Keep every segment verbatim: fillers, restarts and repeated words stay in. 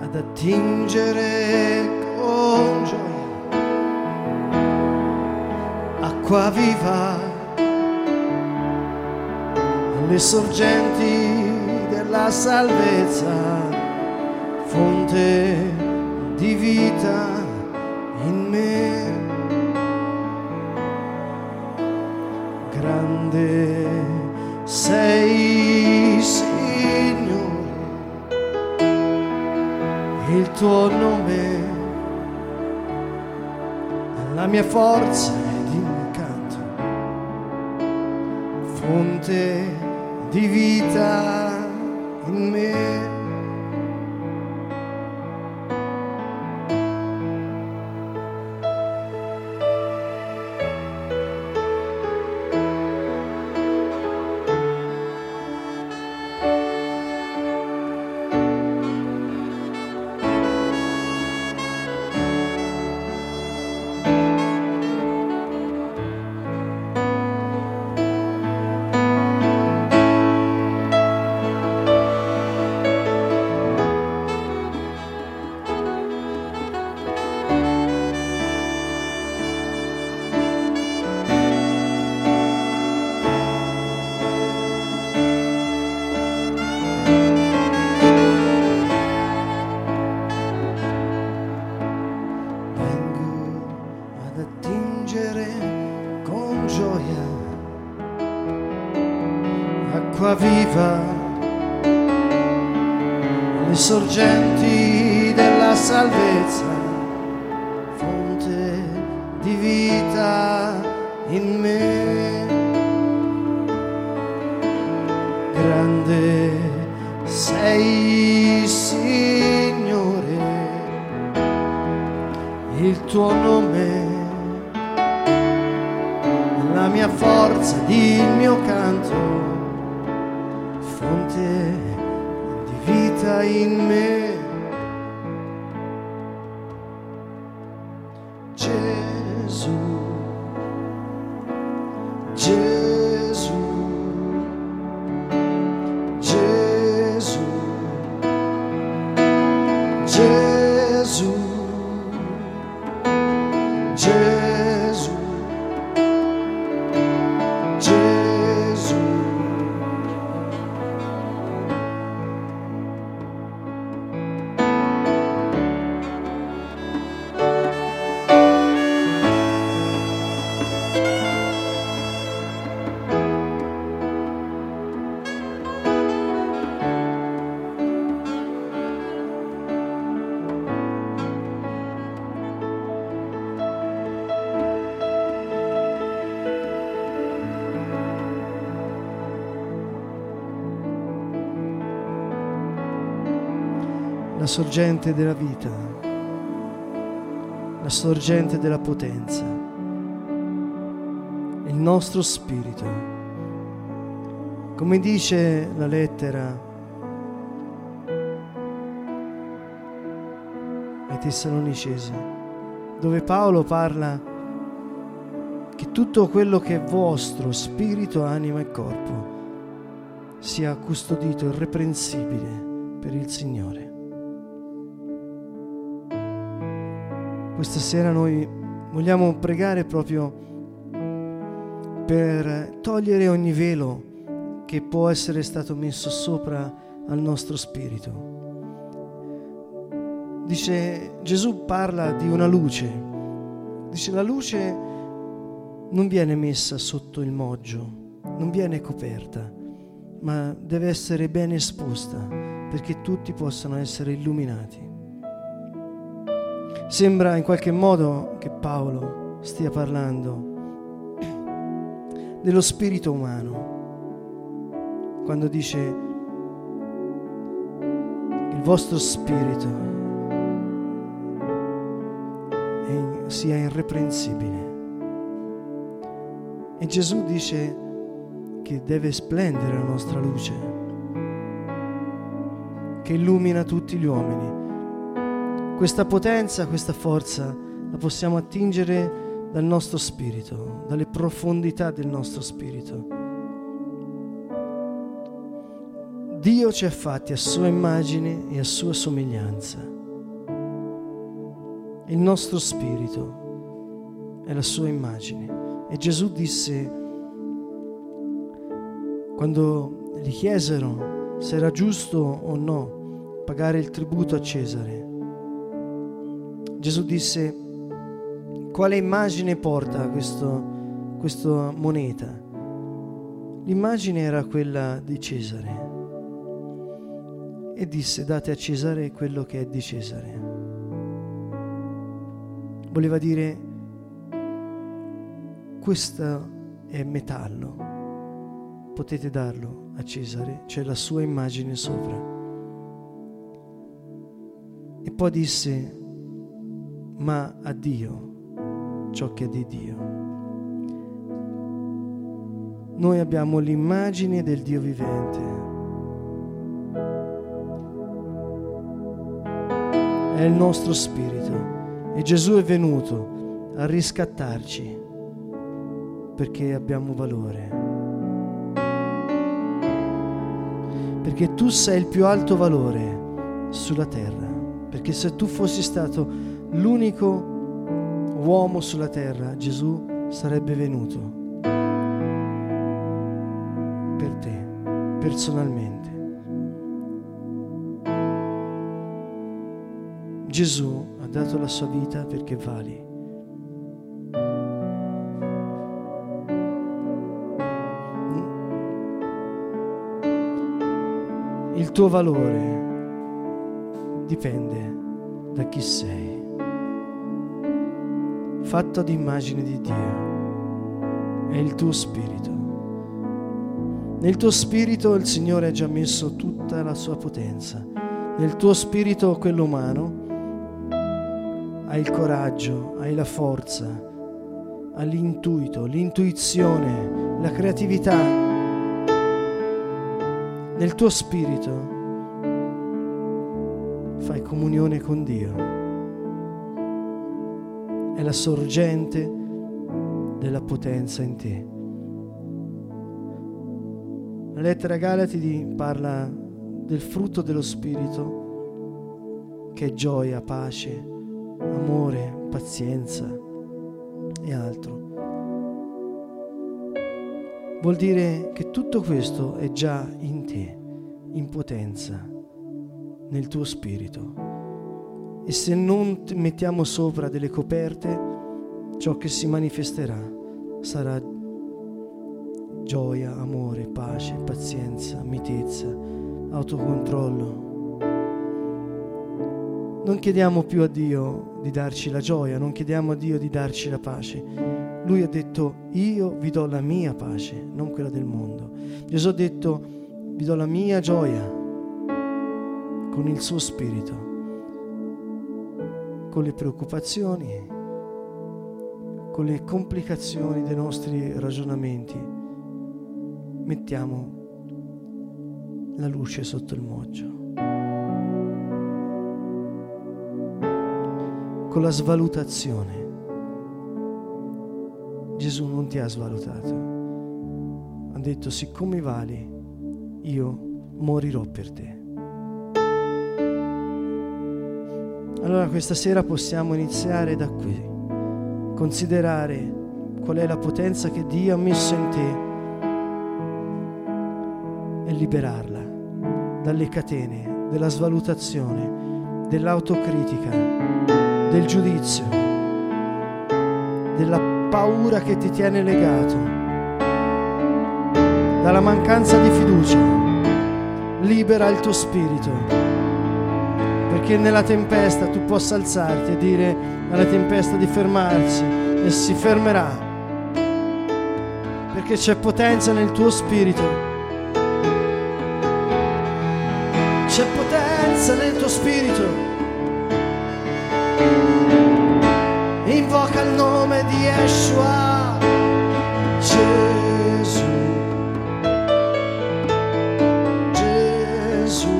ad attingere con gioia acqua viva alle sorgenti della salvezza, fonte di vita in me. Grande sei, Signore, il tuo nome è la mia forza ed il mio canto, fonte di vita in me. Acqua viva, le sorgenti della salvezza, fonte di vita in me. Grande sei, Signore, il tuo nome è la mia forza ed il mio canto, fonte di vita in me. Gesù, Gesù, Gesù, Gesù, Gesù, Gesù. La sorgente della vita, la sorgente della potenza, il nostro spirito. Come dice la lettera ai Tessalonicesi, dove Paolo parla che tutto quello che è vostro, spirito, anima e corpo, sia custodito irreprensibile per il Signore. Questa sera noi vogliamo pregare proprio per togliere ogni velo che può essere stato messo sopra al nostro spirito. Dice, Gesù parla di una luce. Dice, la luce non viene messa sotto il moggio, non viene coperta, ma deve essere ben esposta perché tutti possano essere illuminati. Sembra in qualche modo che Paolo stia parlando dello spirito umano quando dice che il vostro spirito è, sia irreprensibile. E Gesù dice che deve splendere la nostra luce, che illumina tutti gli uomini. Questa potenza, questa forza la possiamo attingere dal nostro spirito, dalle profondità del nostro spirito. Dio ci ha fatti a sua immagine e a sua somiglianza. Il nostro spirito è la sua immagine. E Gesù disse, quando gli chiesero se era giusto o no pagare il tributo a Cesare, Gesù disse: quale immagine porta questo, questa moneta? L'immagine era quella di Cesare. E disse: date a Cesare quello che è di Cesare. Voleva dire: questo è metallo, potete darlo a Cesare, c'è la sua immagine sopra. E poi disse: ma a Dio ciò che è di Dio. Noi abbiamo l'immagine del Dio vivente. È il nostro spirito. E Gesù è venuto a riscattarci perché abbiamo valore. Perché tu sei il più alto valore sulla terra. Perché se tu fossi stato l'unico uomo sulla terra, Gesù sarebbe venuto per te, personalmente. Gesù ha dato la sua vita perché vali. Il tuo valore dipende da chi sei, fatto ad immagine di Dio. È il tuo spirito. Nel tuo spirito il Signore ha già messo tutta la sua potenza. Nel tuo spirito, quello umano, hai il coraggio, hai la forza, hai l'intuito, l'intuizione, la creatività. Nel tuo spirito fai comunione con Dio. È la sorgente della potenza in te. La lettera ai Galati parla del frutto dello spirito, che è gioia, pace, amore, pazienza e altro. Vuol dire che tutto questo è già in te, in potenza, nel tuo spirito. E se non mettiamo sopra delle coperte, ciò che si manifesterà sarà gioia, amore, pace, pazienza, mitezza, autocontrollo. Non chiediamo più a Dio di darci la gioia, non chiediamo a Dio di darci la pace. Lui ha detto: io vi do la mia pace, non quella del mondo. Gesù ha detto: vi do la mia gioia con il suo spirito, con le preoccupazioni, con le complicazioni dei nostri ragionamenti. Mettiamo la luce sotto il moggio. Con la svalutazione. Gesù non ti ha svalutato. Ha detto: siccome vali, io morirò per te. Allora questa sera possiamo iniziare da qui, considerare qual è la potenza che Dio ha messo in te e liberarla dalle catene della svalutazione, dell'autocritica, del giudizio, della paura che ti tiene legato, dalla mancanza di fiducia. Libera il tuo spirito, perché nella tempesta tu possa alzarti e dire alla tempesta di fermarsi, e si fermerà, perché c'è potenza nel tuo spirito. C'è potenza nel tuo spirito. Invoca il nome di Yeshua, Gesù, Gesù,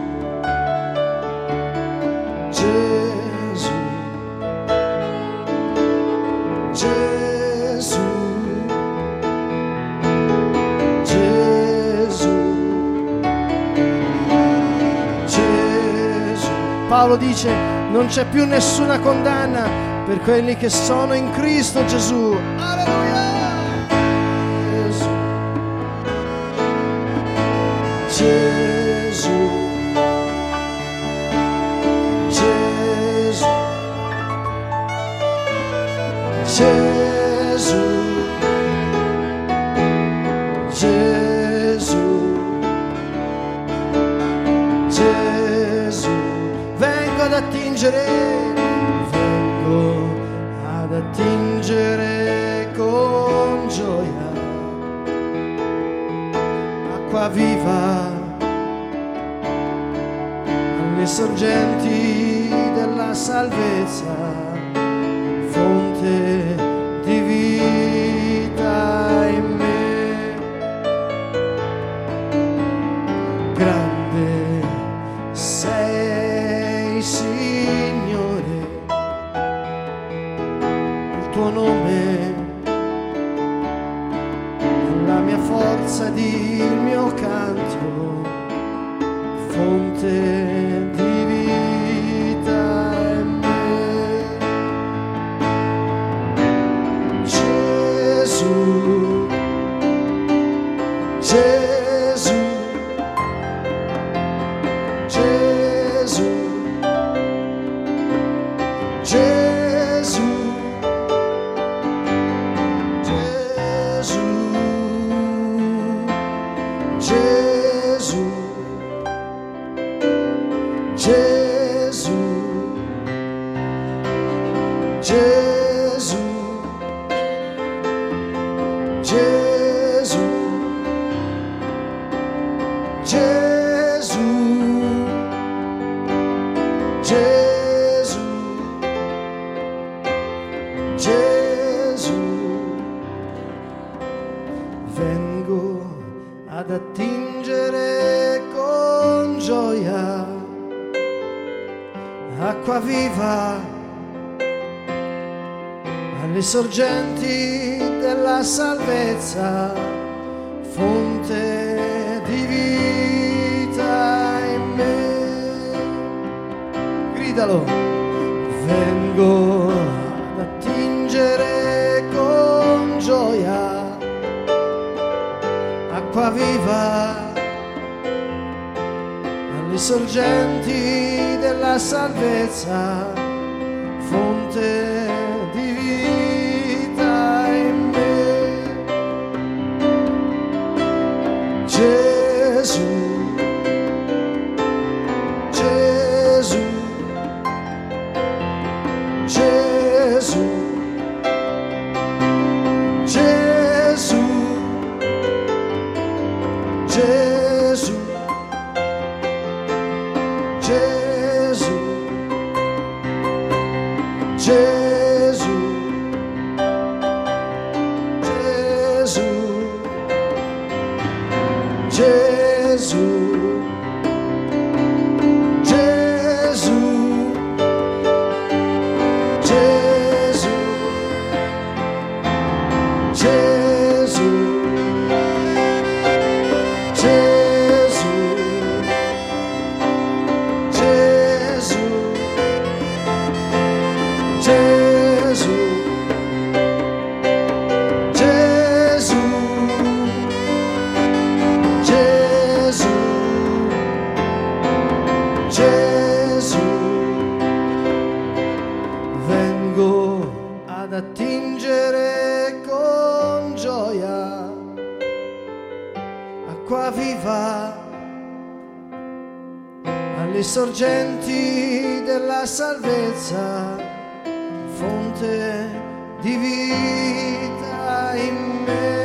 Gesù, Gesù, Gesù, Gesù. Paolo dice: Non c'è più nessuna condanna per quelli che sono in Cristo Gesù. Alleluia! Gesù, Gesù, Gesù, Gesù, Gesù, vengo ad attingere, vengo ad attingere con gioia, acqua viva, alle sorgenti della salvezza, fonte di vita in me. Grande sei, Signore, il tuo nome, la mia forza ed il mio canto, fonte di vita in me. Gesù, Gesù, Gesù, Gesù, Gesù, Gesù, Gesù, Gesù, Gesù, Gesù, Gesù, vengo ad attingere con gioia, acqua viva, alle sorgenti della salvezza, fonte di vita in me. Gridalo, vengo ad attingere con gioia, acqua viva, alle sorgenti della salvezza, fonte di vita in me. Gesù, Gesù, Gesù, Gesù, Gesù, Gesù, Gesù, Gesù, Gesù, Gesù, Gesù, Gesù, Gesù, Gesù, Gesù, Gesù, Gesù, vengo ad attingere con gioia, acqua viva, alle sorgenti della salvezza, fonte di vita in me.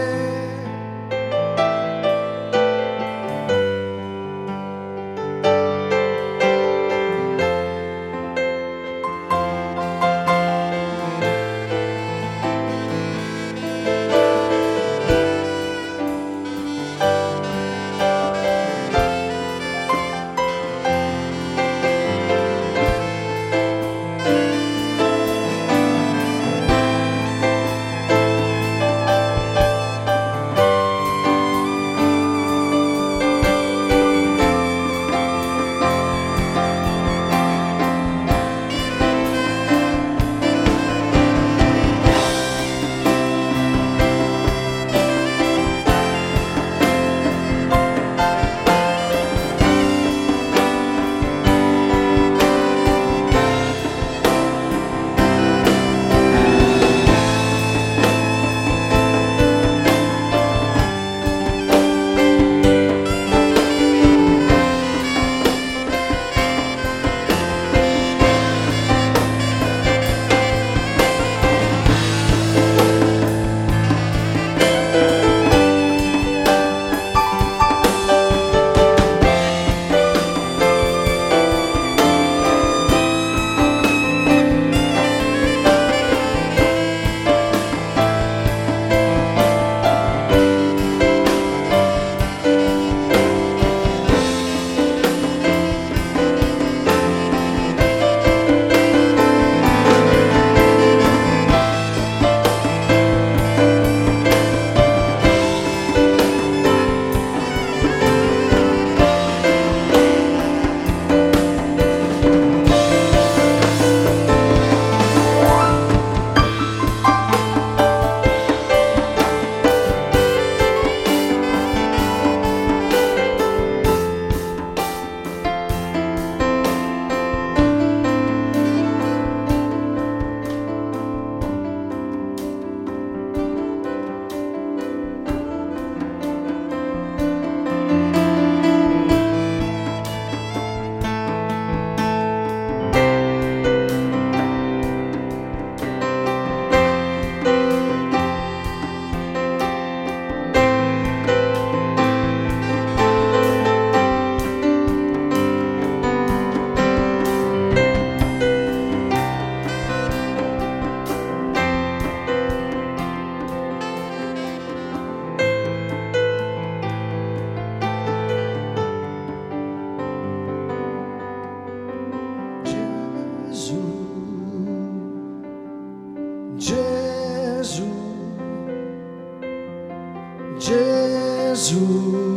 Gesù,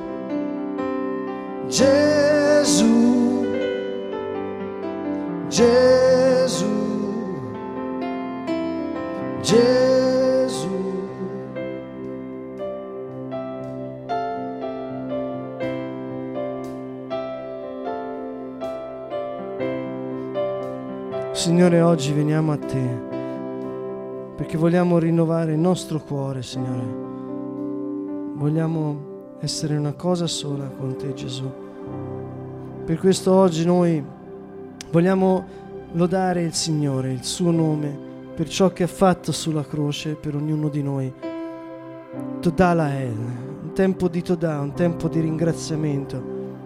Gesù, Gesù, Gesù. Signore, oggi veniamo a te perché vogliamo rinnovare il nostro cuore, Signore. Vogliamo essere una cosa sola con te, Gesù. Per questo oggi noi vogliamo lodare il Signore, il suo nome, per ciò che ha fatto sulla croce per ognuno di noi. Toda Lael, un tempo di Toda, un tempo di ringraziamento.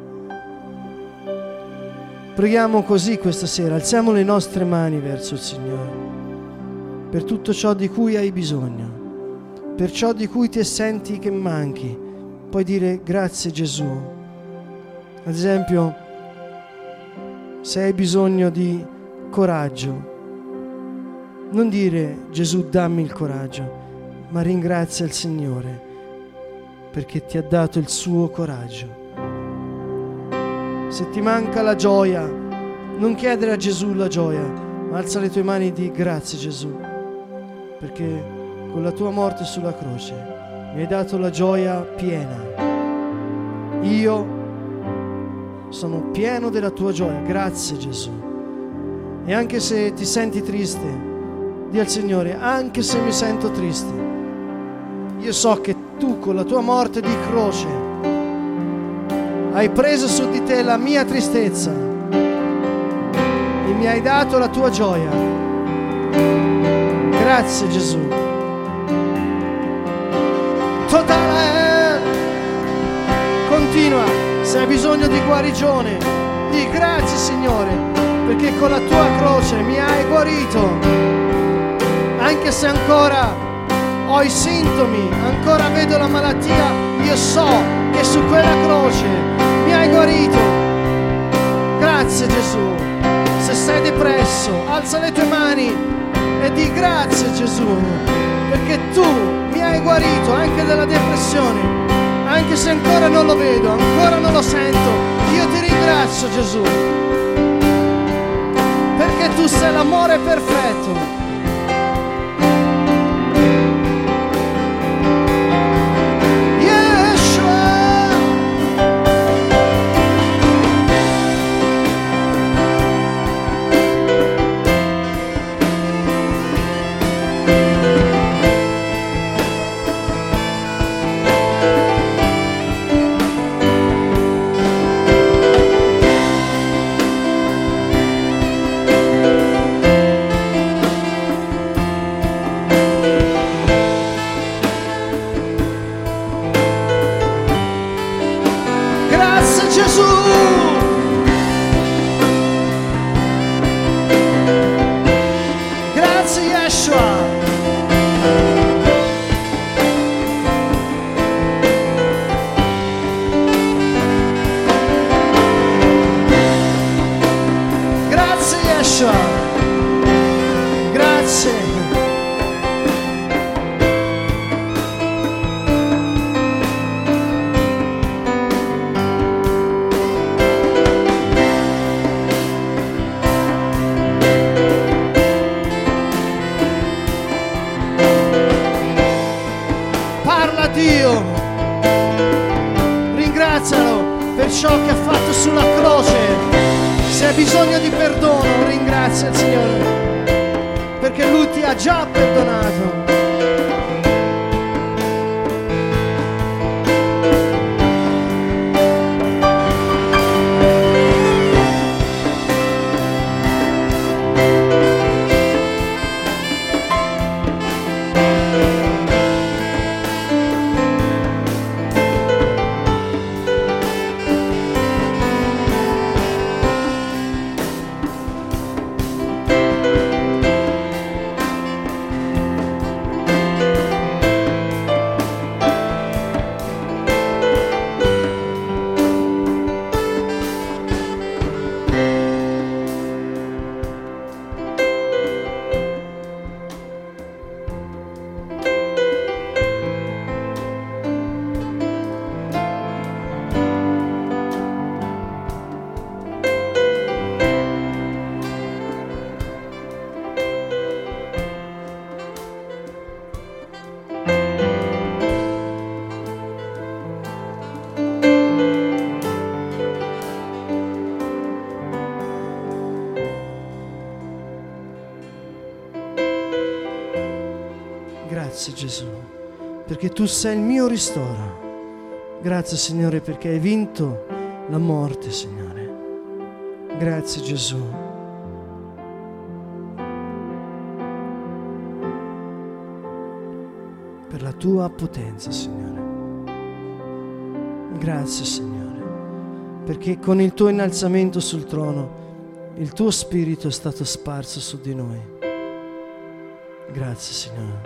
Preghiamo così questa sera, alziamo le nostre mani verso il Signore, per tutto ciò di cui hai bisogno, per ciò di cui ti senti che manchi. Puoi dire grazie Gesù. Ad esempio, se hai bisogno di coraggio, non dire Gesù dammi il coraggio, ma ringrazia il Signore perché ti ha dato il suo coraggio. Se ti manca la gioia, non chiedere a Gesù la gioia, ma alza le tue mani e di grazie Gesù, perché con la tua morte sulla croce mi hai dato la gioia piena. Io sono pieno della tua gioia, grazie Gesù. E anche se ti senti triste, di al Signore, anche se mi sento triste, io so che tu con la tua morte di croce hai preso su di te la mia tristezza e mi hai dato la tua gioia. Grazie Gesù. Totale. Continua, se hai bisogno di guarigione, di grazie Signore, perché con la tua croce mi hai guarito. Anche se ancora ho i sintomi, ancora vedo la malattia, io so che su quella croce mi hai guarito. Grazie Gesù. Se sei depresso, alza le tue mani e di grazie Gesù, perché tu mi hai guarito anche dalla depressione, anche se ancora non lo vedo, ancora non lo sento. Io ti ringrazio Gesù, perché tu sei l'amore perfetto. Ciò che ha fatto sulla croce. Se hai bisogno di perdono, ringrazia il Signore, perché Lui ti ha già perdonato. Grazie Gesù, perché tu sei il mio ristoro. Grazie Signore perché hai vinto la morte, Signore. Grazie Gesù. Per la tua potenza, Signore. Grazie Signore, perché con il tuo innalzamento sul trono il tuo spirito è stato sparso su di noi. Grazie Signore.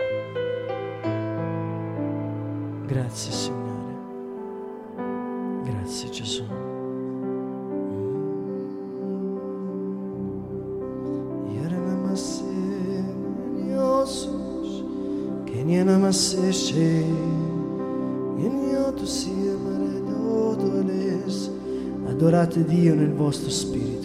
Grazie Signore. Grazie Gesù. Adorate Dio nel vostro spirito.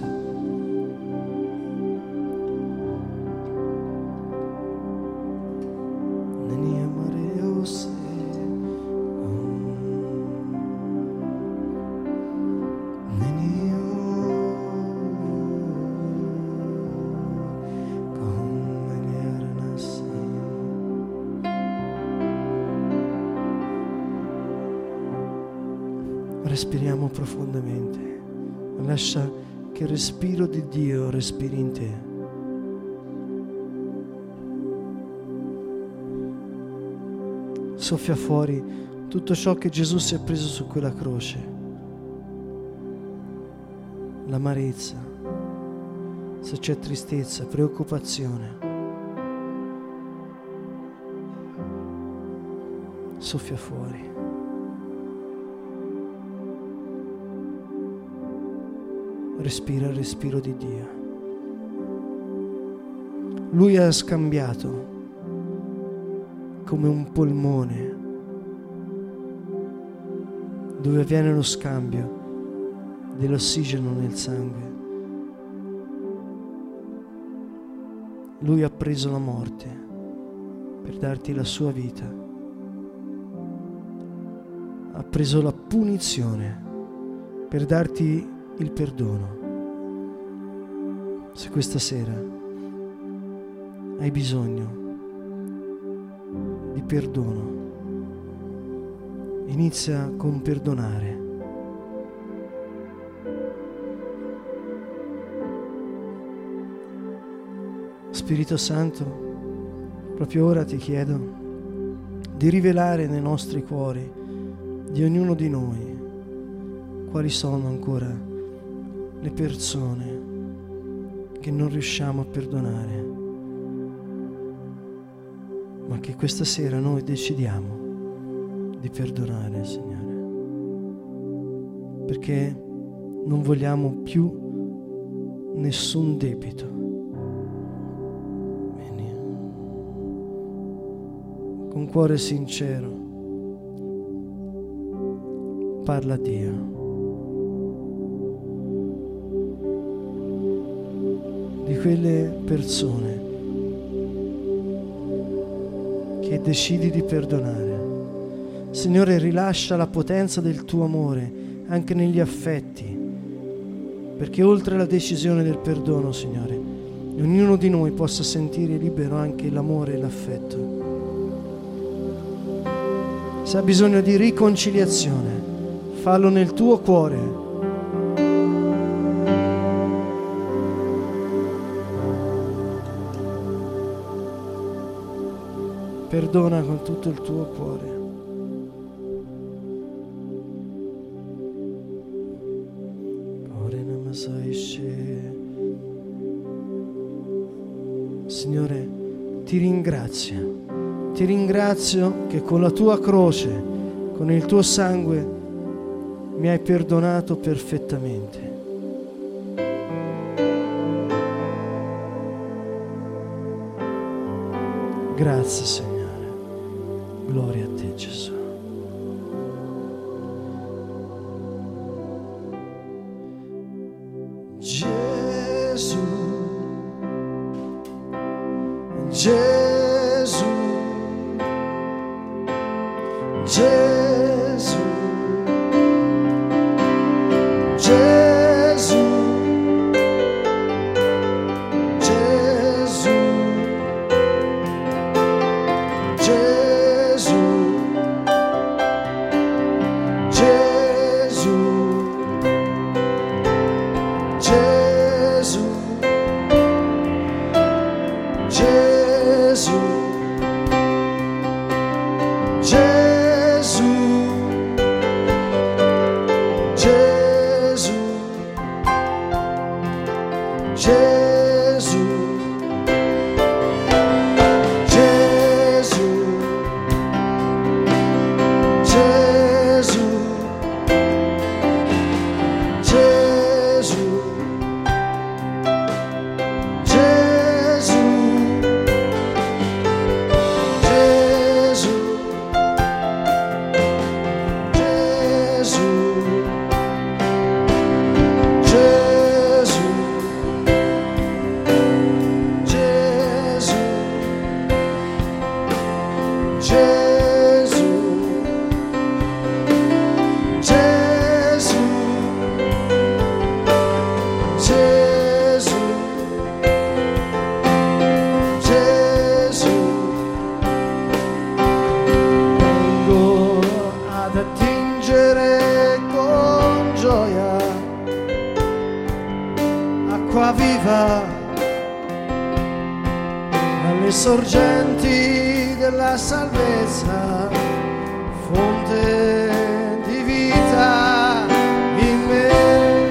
Respiriamo profondamente. Lascia che il respiro di Dio respiri in te. Soffia fuori tutto ciò che Gesù si è preso su quella croce. L'amarezza, se c'è tristezza, preoccupazione. Soffia fuori. Respira il respiro di Dio. Lui ha scambiato come un polmone dove avviene lo scambio dell'ossigeno nel sangue. Lui ha preso la morte per darti la sua vita. Ha preso la punizione per darti il perdono. Se questa sera hai bisogno di perdono, inizia con perdonare. Spirito Santo, proprio ora ti chiedo di rivelare nei nostri cuori di ognuno di noi quali sono ancora le persone che non riusciamo a perdonare, ma che questa sera noi decidiamo di perdonare, Signore, perché non vogliamo più nessun debito. Con cuore sincero parla a Dio. Di quelle persone che decidi di perdonare. Signore, rilascia la potenza del tuo amore anche negli affetti, perché oltre alla decisione del perdono, Signore, ognuno di noi possa sentire libero anche l'amore e l'affetto. Se ha bisogno di riconciliazione, fallo nel tuo cuore. Perdona con tutto il tuo cuore. Signore, ti ringrazio. Ti ringrazio che con la tua croce, con il tuo sangue, mi hai perdonato perfettamente. Grazie, Signore. Gloria a te, Gesù. Gesù, Gesù, Gesù, Gesù, Gesù, Gesù. acqua viva alle sorgenti della salvezza, fonte di vita in me.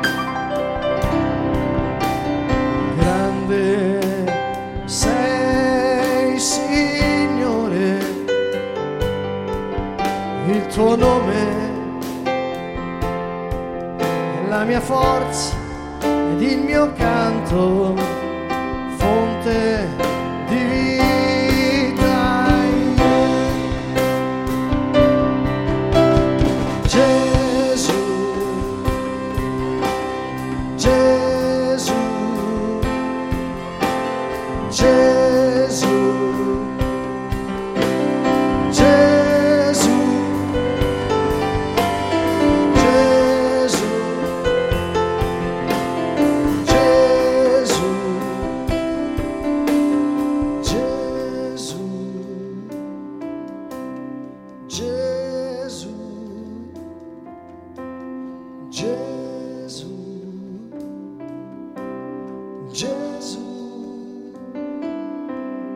Grande sei, Signore, il tuo nome è la mia forza ed il mio canto, fonte di vita in me. Gesù, Gesù, Gesù, Gesù,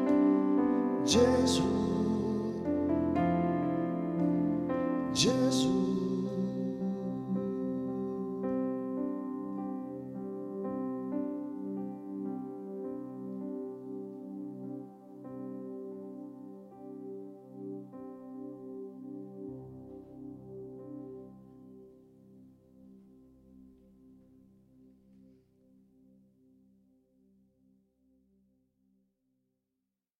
Gesù, Gesù,